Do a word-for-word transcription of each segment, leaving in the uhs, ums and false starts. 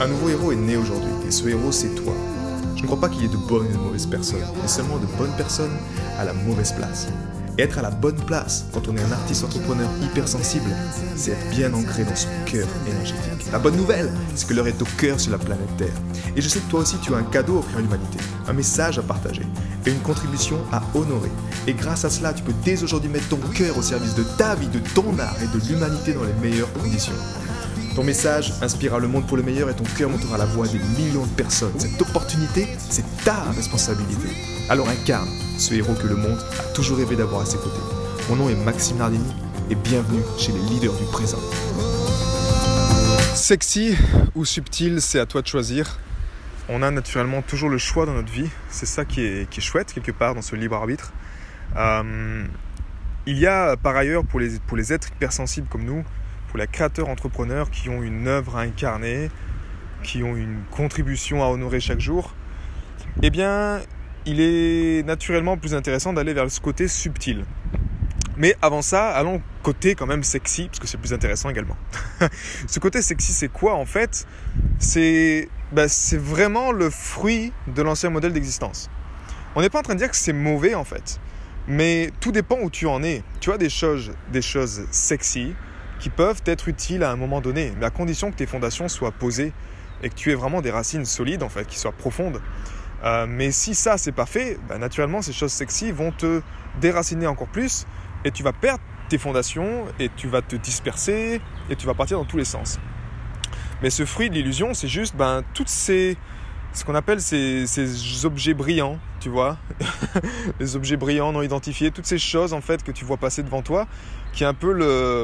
Un nouveau héros est né aujourd'hui, et ce héros, c'est toi. Je ne crois pas qu'il y ait de bonnes et de mauvaises personnes, mais seulement de bonnes personnes à la mauvaise place. Et être à la bonne place, quand on est un artiste entrepreneur hypersensible, c'est être bien ancré dans son cœur énergétique. La bonne nouvelle, c'est que l'heure est au cœur sur la planète Terre. Et je sais que toi aussi, tu as un cadeau à offrir à l'humanité, un message à partager, et une contribution à honorer. Et grâce à cela, tu peux dès aujourd'hui mettre ton cœur au service de ta vie, de ton art et de l'humanité dans les meilleures conditions. Ton message inspirera le monde pour le meilleur et ton cœur montera la voix des millions de personnes. Cette opportunité, c'est ta responsabilité. Alors incarne ce héros que le monde a toujours rêvé d'avoir à ses côtés. Mon nom est Maxime Nardini et bienvenue chez les leaders du présent. Sexy ou subtil, c'est à toi de choisir. On a naturellement toujours le choix dans notre vie. C'est ça qui est, qui est chouette quelque part dans ce libre arbitre. Euh, il y a par ailleurs pour les, pour les êtres hypersensibles comme nous, pour les créateurs entrepreneurs qui ont une œuvre à incarner, qui ont une contribution à honorer chaque jour, eh bien, il est naturellement plus intéressant d'aller vers ce côté subtil. Mais avant ça, allons côté quand même sexy, parce que c'est plus intéressant également. Ce côté sexy, c'est quoi en fait ? c'est, bah, c'est vraiment le fruit de l'ancien modèle d'existence. On n'est pas en train de dire que c'est mauvais en fait, mais tout dépend où tu en es. Tu as des choses, des choses sexy, qui peuvent être utiles à un moment donné, mais à condition que tes fondations soient posées et que tu aies vraiment des racines solides, en fait, qui soient profondes. Euh, mais si ça, c'est pas fait, bah, naturellement, ces choses sexy vont te déraciner encore plus et tu vas perdre tes fondations et tu vas te disperser et tu vas partir dans tous les sens. Mais ce fruit de l'illusion, c'est juste ben, toutes ces... ce qu'on appelle ces, ces objets brillants, tu vois, les objets brillants non identifiés, toutes ces choses en fait que tu vois passer devant toi, qui est un peu le,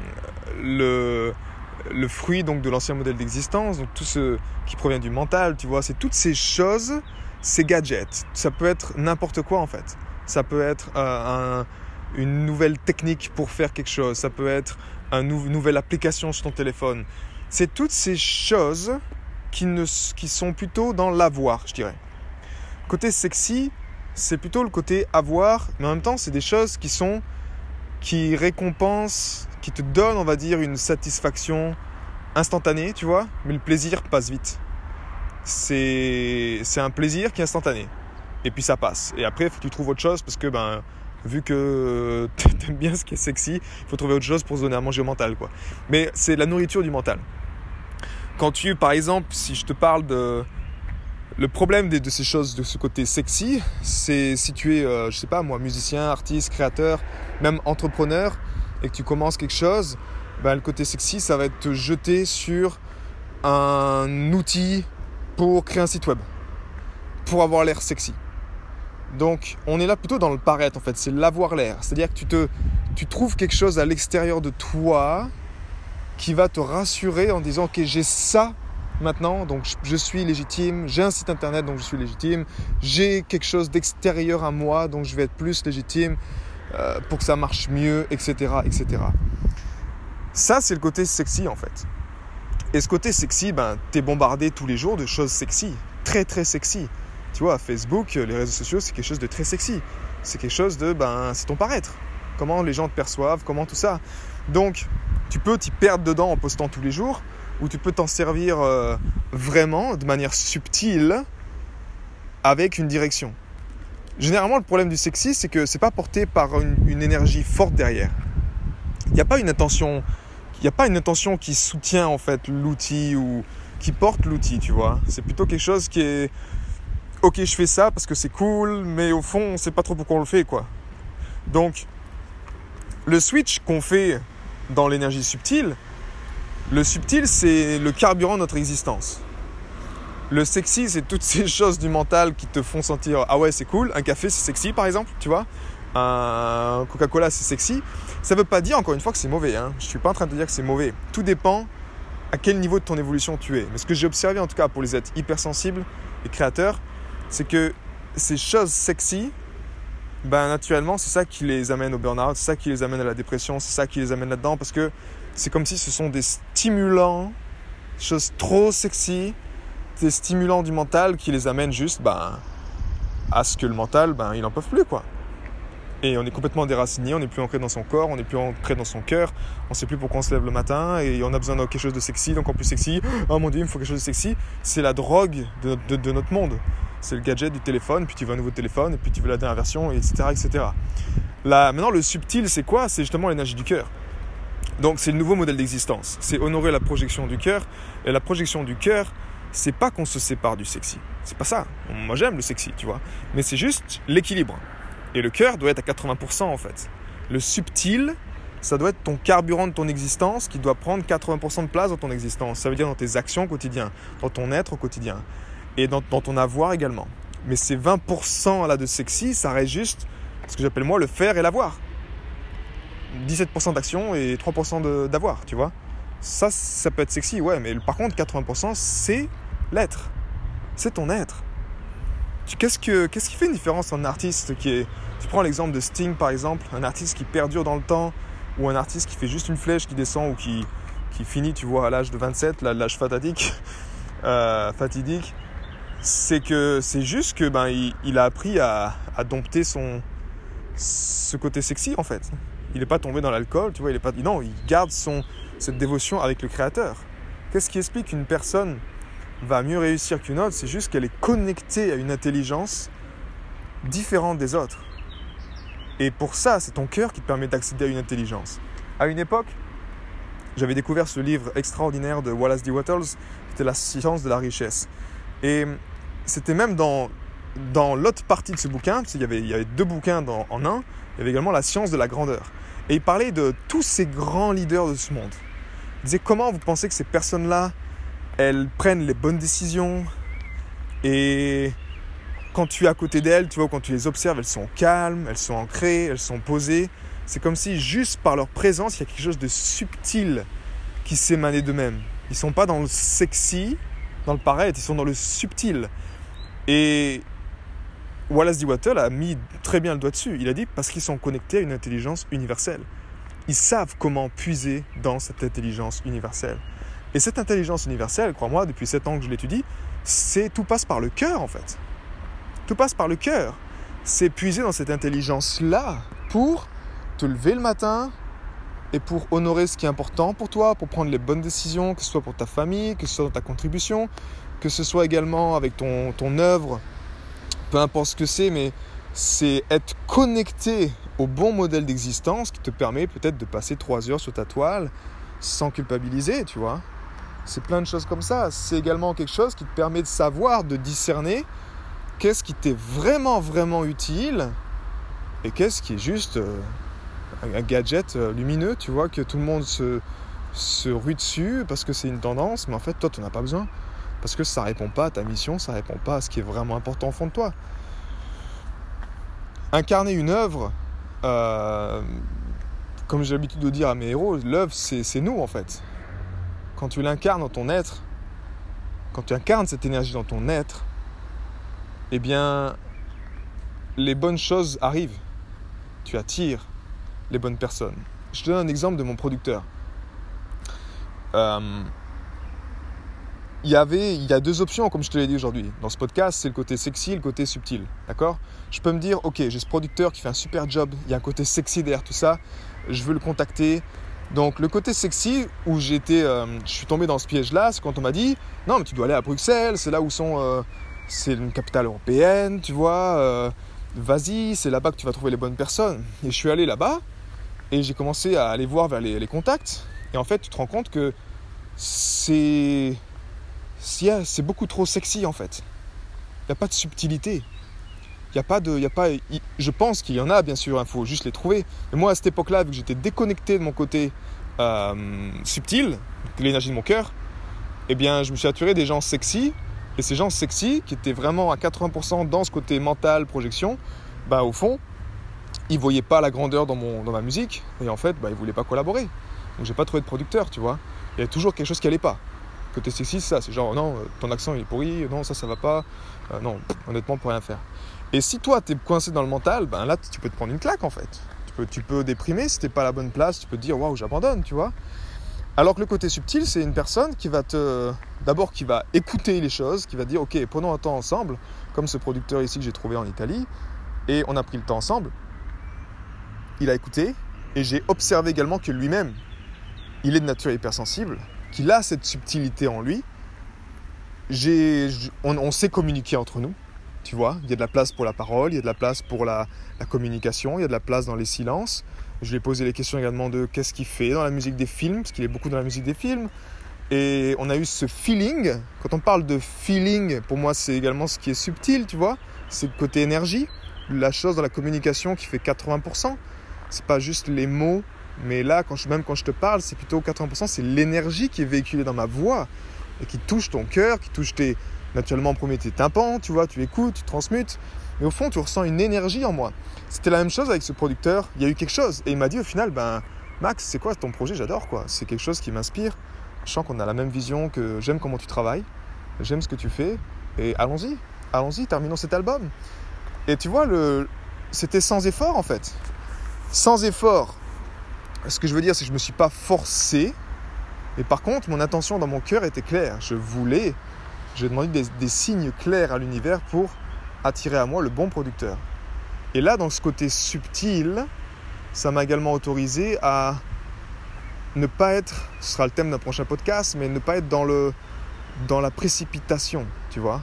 le, le fruit donc de l'ancien modèle d'existence, donc tout ce qui provient du mental, tu vois, c'est toutes ces choses, ces gadgets. Ça peut être n'importe quoi en fait. Ça peut être euh, un, une nouvelle technique pour faire quelque chose, ça peut être une nou- nouvelle application sur ton téléphone. C'est toutes ces choses Qui, ne, qui sont plutôt dans l'avoir, je dirais. Côté sexy, c'est plutôt le côté avoir, mais en même temps, c'est des choses qui sont, qui récompensent, qui te donnent, on va dire, une satisfaction instantanée, tu vois, mais le plaisir passe vite. C'est, c'est un plaisir qui est instantané. Et puis ça passe. Et après, il faut que tu trouves autre chose parce que, ben, vu que t'aimes bien ce qui est sexy, il faut trouver autre chose pour se donner à manger au mental, quoi. Mais c'est la nourriture du mental. Quand tu, par exemple, si je te parle de... Le problème de, de ces choses, de ce côté sexy, c'est si tu es, euh, je sais pas moi, musicien, artiste, créateur, même entrepreneur, et que tu commences quelque chose, ben, le côté sexy, ça va être te jeter sur un outil pour créer un site web, pour avoir l'air sexy. Donc, on est là plutôt dans le paraître, en fait, c'est l'avoir l'air. C'est-à-dire que tu, te, tu trouves quelque chose à l'extérieur de toi qui va te rassurer en disant « Ok, j'ai ça maintenant, donc je suis légitime, j'ai un site internet, donc je suis légitime, j'ai quelque chose d'extérieur à moi, donc je vais être plus légitime euh, pour que ça marche mieux, et cetera et cetera » Ça, c'est le côté sexy en fait. Et ce côté sexy, ben, t'es bombardé tous les jours de choses sexy, très très sexy. Tu vois, Facebook, les réseaux sociaux, c'est quelque chose de très sexy. C'est quelque chose de, ben, c'est ton paraître. Comment les gens te perçoivent, comment tout ça. Donc, tu peux t'y perdre dedans en postant tous les jours ou tu peux t'en servir euh, vraiment de manière subtile avec une direction. Généralement, le problème du sexy, c'est que c'est pas porté par une, une énergie forte derrière. Il n'y a pas une intention, il n'y a pas une intention qui soutient en fait l'outil ou qui porte l'outil, tu vois. C'est plutôt quelque chose qui est ok, je fais ça parce que c'est cool, mais au fond, on sait pas trop pourquoi on le fait, quoi. Donc, le switch qu'on fait dans l'énergie subtile, le subtil, c'est le carburant de notre existence. Le sexy, c'est toutes ces choses du mental qui te font sentir « Ah ouais, c'est cool, un café, c'est sexy, par exemple, tu vois. Un Coca-Cola, c'est sexy. » Ça ne veut pas dire, encore une fois, que c'est mauvais. Hein. Je ne suis pas en train de te dire que c'est mauvais. Tout dépend à quel niveau de ton évolution tu es. Mais ce que j'ai observé, en tout cas, pour les êtres hypersensibles et créateurs, c'est que ces choses sexy, ben, naturellement, c'est ça qui les amène au burn-out, c'est ça qui les amène à la dépression, c'est ça qui les amène là-dedans, parce que c'est comme si ce sont des stimulants, des choses trop sexy, des stimulants du mental qui les amènent juste ben, à ce que le mental, ben, il n'en peut plus, quoi. Et on est complètement déraciné, on n'est plus ancré dans son corps, on n'est plus ancré dans son cœur, on ne sait plus pourquoi on se lève le matin et on a besoin de quelque chose de sexy, donc en plus sexy, oh mon Dieu, il me faut quelque chose de sexy. C'est la drogue de, de, de notre monde. C'est le gadget du téléphone, puis tu veux un nouveau téléphone, et puis tu veux la dernière version, et cetera et cetera. Là, maintenant, le subtil, c'est quoi ? C'est justement l'énergie du cœur. Donc, c'est le nouveau modèle d'existence. C'est honorer la projection du cœur. Et la projection du cœur, c'est pas qu'on se sépare du sexy. C'est pas ça. Moi, j'aime le sexy, tu vois. Mais c'est juste l'équilibre. Et le cœur doit être à quatre-vingts pour cent, en fait. Le subtil, ça doit être ton carburant de ton existence qui doit prendre quatre-vingts pour cent de place dans ton existence. Ça veut dire dans tes actions au quotidien, dans ton être au quotidien. Et dans, dans ton avoir également. Mais ces vingt pour cent là de sexy, ça reste juste ce que j'appelle moi le faire et l'avoir. dix-sept pour cent d'action et trois pour cent de, d'avoir, tu vois. Ça, ça peut être sexy, ouais, mais par contre, quatre-vingts pour cent, c'est l'être. C'est ton être. Qu'est-ce, que, qu'est-ce qui fait une différence entre un artiste qui est... Tu prends l'exemple de Sting, par exemple, un artiste qui perdure dans le temps, ou un artiste qui fait juste une flèche qui descend ou qui, qui finit, tu vois, à l'âge de vingt-sept, l'âge fatidique, euh, fatidique. C'est que c'est juste que ben il, il a appris à, à dompter son ce côté sexy en fait. Il n'est pas tombé dans l'alcool, tu vois, il est pas non, il garde son cette dévotion avec le créateur. Qu'est-ce qui explique qu'une personne va mieux réussir qu'une autre ? C'est juste qu'elle est connectée à une intelligence différente des autres. Et pour ça, c'est ton cœur qui te permet d'accéder à une intelligence. À une époque, j'avais découvert ce livre extraordinaire de Wallace D. Wattles, c'était La science de la richesse. Et c'était même dans, dans l'autre partie de ce bouquin, parce qu'il y avait, il y avait deux bouquins dans, en un, il y avait également La science de la grandeur. Et il parlait de tous ces grands leaders de ce monde. Il disait comment vous pensez que ces personnes-là, elles prennent les bonnes décisions et quand tu es à côté d'elles, tu vois, quand tu les observes, elles sont calmes, elles sont ancrées, elles sont posées. C'est comme si juste par leur présence, il y a quelque chose de subtil qui s'émanait d'eux-mêmes. Ils ne sont pas dans le sexy, dans le paraître, ils sont dans le subtil. Et Wallace D. Wattles a mis très bien le doigt dessus. Il a dit parce qu'ils sont connectés à une intelligence universelle. Ils savent comment puiser dans cette intelligence universelle. Et cette intelligence universelle, crois-moi, depuis sept ans que je l'étudie, c'est tout passe par le cœur en fait. Tout passe par le cœur. C'est puiser dans cette intelligence-là pour te lever le matin et pour honorer ce qui est important pour toi, pour prendre les bonnes décisions, que ce soit pour ta famille, que ce soit dans ta contribution, que ce soit également avec ton, ton œuvre, peu importe ce que c'est, mais c'est être connecté au bon modèle d'existence qui te permet peut-être de passer trois heures sur ta toile sans culpabiliser, tu vois. C'est plein de choses comme ça. C'est également quelque chose qui te permet de savoir, de discerner qu'est-ce qui t'est vraiment, vraiment utile et qu'est-ce qui est juste euh, un gadget euh, lumineux, tu vois, que tout le monde se, se rue dessus parce que c'est une tendance, mais en fait, toi, tu n'en as pas besoin. Parce que ça ne répond pas à ta mission, ça ne répond pas à ce qui est vraiment important au fond de toi. Incarner une œuvre, euh, comme j'ai l'habitude de dire à mes héros, l'œuvre, c'est, c'est nous, en fait. Quand tu l'incarnes dans ton être, quand tu incarnes cette énergie dans ton être, eh bien, les bonnes choses arrivent. Tu attires les bonnes personnes. Je te donne un exemple de mon producteur. Euh, il y avait, il y a deux options, comme je te l'ai dit aujourd'hui. Dans ce podcast, c'est le côté sexy et le côté subtil. D'accord ? Je peux me dire, ok, j'ai ce producteur qui fait un super job, il y a un côté sexy derrière tout ça, je veux le contacter. Donc, le côté sexy, où j'étais, euh, je suis tombé dans ce piège-là, c'est quand on m'a dit, non, mais tu dois aller à Bruxelles, c'est là où sont... Euh, c'est une capitale européenne, tu vois, euh, vas-y, c'est là-bas que tu vas trouver les bonnes personnes. Et je suis allé là-bas et j'ai commencé à aller voir vers les, les contacts. Et en fait, tu te rends compte que c'est, c'est, c'est beaucoup trop sexy en fait. Il n'y a pas de subtilité. Il y a pas de, il y a pas, je pense qu'il y en a bien sûr, il faut juste les trouver. Mais moi à cette époque-là, vu que j'étais déconnecté de mon côté euh, subtil, de l'énergie de mon cœur, eh bien, je me suis attiré des gens sexy. Et ces gens sexy, qui étaient vraiment à quatre-vingts pour cent dans ce côté mental, projection, bah, au fond, ils ne voyaient pas la grandeur dans, mon, dans ma musique. Et en fait, bah, ils ne voulaient pas collaborer. Donc, je n'ai pas trouvé de producteur, tu vois. Il y avait toujours quelque chose qui n'allait pas. Côté sexy, c'est ça. C'est genre, non, ton accent, il est pourri. Non, ça, ça ne va pas. Euh, non, honnêtement, on ne peut rien faire. Et si toi, tu es coincé dans le mental, ben là, tu peux te prendre une claque, en fait. Tu peux, tu peux déprimer si tu n'es pas à la bonne place. Tu peux te dire, waouh, j'abandonne, tu vois. Alors que le côté subtil, c'est une personne qui va te... D'abord, qui va écouter les choses, qui va dire, ok, prenons un temps ensemble, comme ce producteur ici que j'ai trouvé en Italie, et on a pris le temps ensemble. il a écouté et j'ai observé également que lui-même, il est de nature hypersensible, qu'il a cette subtilité en lui. J'ai, on, on sait communiquer entre nous, tu vois. Il y a de la place pour la parole, il y a de la place pour la, la communication, il y a de la place dans les silences. Je lui ai posé les questions également de qu'est-ce qu'il fait dans la musique des films, parce qu'il est beaucoup dans la musique des films. Et on a eu ce feeling. Quand on parle de feeling, pour moi, c'est également ce qui est subtil, tu vois. C'est le côté énergie, la chose dans la communication qui fait quatre-vingts pour cent. C'est pas juste les mots, mais là, quand je, même quand je te parle, c'est plutôt quatre-vingts pour cent, c'est l'énergie qui est véhiculée dans ma voix et qui touche ton cœur, qui touche tes, naturellement en premier tes tympans, tu vois, tu écoutes, tu transmutes. Mais au fond, tu ressens une énergie en moi. C'était la même chose avec ce producteur. Il y a eu quelque chose. Et il m'a dit au final, ben, Max, c'est quoi ton projet ? J'adore, quoi. C'est quelque chose qui m'inspire. Je sens qu'on a la même vision, que j'aime comment tu travailles. J'aime ce que tu fais. Et allons-y, allons-y, terminons cet album. Et tu vois, le... c'était sans effort, en fait. Sans effort. Ce que je veux dire, c'est que je ne me suis pas forcé. Mais par contre, mon intention dans mon cœur était claire. Je voulais, j'ai demandé des, des signes clairs à l'univers pour attirer à moi le bon producteur. Et là, dans ce côté subtil, ça m'a également autorisé à ne pas être, ce sera le thème d'un prochain podcast, mais ne pas être dans, le, dans la précipitation, tu vois.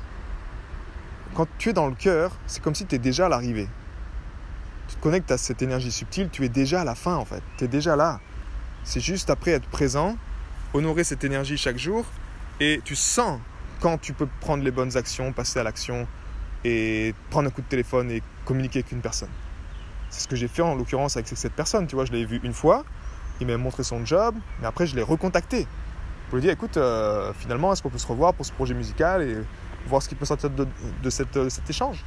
Quand tu es dans le cœur, c'est comme si tu es déjà à l'arrivée. Tu te connectes à cette énergie subtile, tu es déjà à la fin en fait. Tu es déjà là. C'est juste après être présent, honorer cette énergie chaque jour et tu sens quand tu peux prendre les bonnes actions, passer à l'action et prendre un coup de téléphone et communiquer avec une personne. C'est ce que j'ai fait en l'occurrence avec cette personne. Tu vois, je l'ai vu une fois, il m'a montré son job, mais après je l'ai recontacté pour lui dire écoute, euh, finalement, est-ce qu'on peut se revoir pour ce projet musical et voir ce qui peut sortir de, de, cette, de cet échange.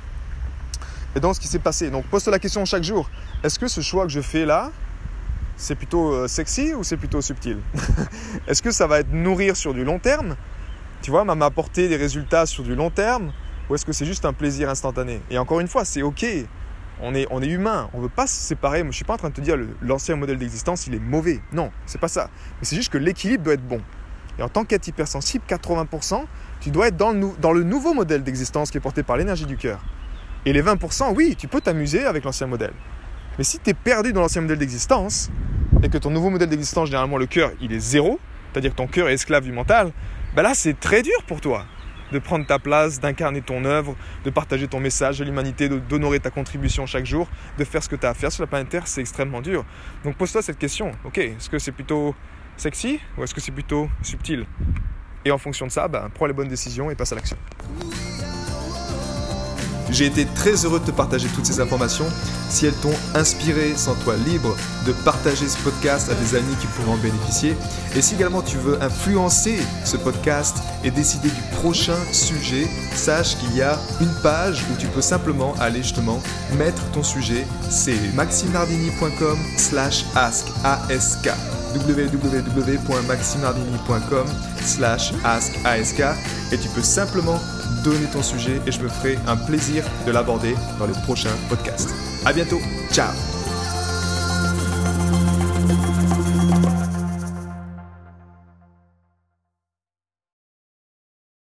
Et donc, ce qui s'est passé. Donc, pose-toi la question chaque jour. Est-ce que ce choix que je fais là, c'est plutôt euh, sexy ou c'est plutôt subtil ? Est-ce que ça va être nourrir sur du long terme ? Tu vois, m'apporter des résultats sur du long terme ? Ou est-ce que c'est juste un plaisir instantané ? Et encore une fois, c'est OK. On est, on est humain. On ne veut pas se séparer. Moi, je ne suis pas en train de te dire le, l'ancien modèle d'existence, il est mauvais. Non, c'est pas ça. Mais c'est juste que l'équilibre doit être bon. Et en tant qu'être hypersensible, quatre-vingts pour cent, tu dois être dans le, dans le nouveau modèle d'existence qui est porté par l'énergie du cœur. Et les vingt pour cent, oui, tu peux t'amuser avec l'ancien modèle. Mais si tu es perdu dans l'ancien modèle d'existence et que ton nouveau modèle d'existence, généralement le cœur, il est zéro, c'est-à-dire que ton cœur est esclave du mental, ben là, c'est très dur pour toi de prendre ta place, d'incarner ton œuvre, de partager ton message à l'humanité, de, d'honorer ta contribution chaque jour, de faire ce que tu as à faire sur la planète Terre, c'est extrêmement dur. Donc pose-toi cette question, ok, est-ce que c'est plutôt sexy ou est-ce que c'est plutôt subtil ? Et en fonction de ça, ben, prends les bonnes décisions et passe à l'action. J'ai été très heureux de te partager toutes ces informations. Si elles t'ont inspiré, sens-toi libre de partager ce podcast à des amis qui pourraient en bénéficier. Et si également tu veux influencer ce podcast et décider du prochain sujet, sache qu'il y a une page où tu peux simplement aller justement mettre ton sujet. C'est maximenardini.com slash ask, A-S-K. w w w point maximenardini point com slash ask, A-S-K. Et tu peux simplement donner ton sujet et je me ferai un plaisir de l'aborder dans les prochains podcasts. À bientôt, ciao!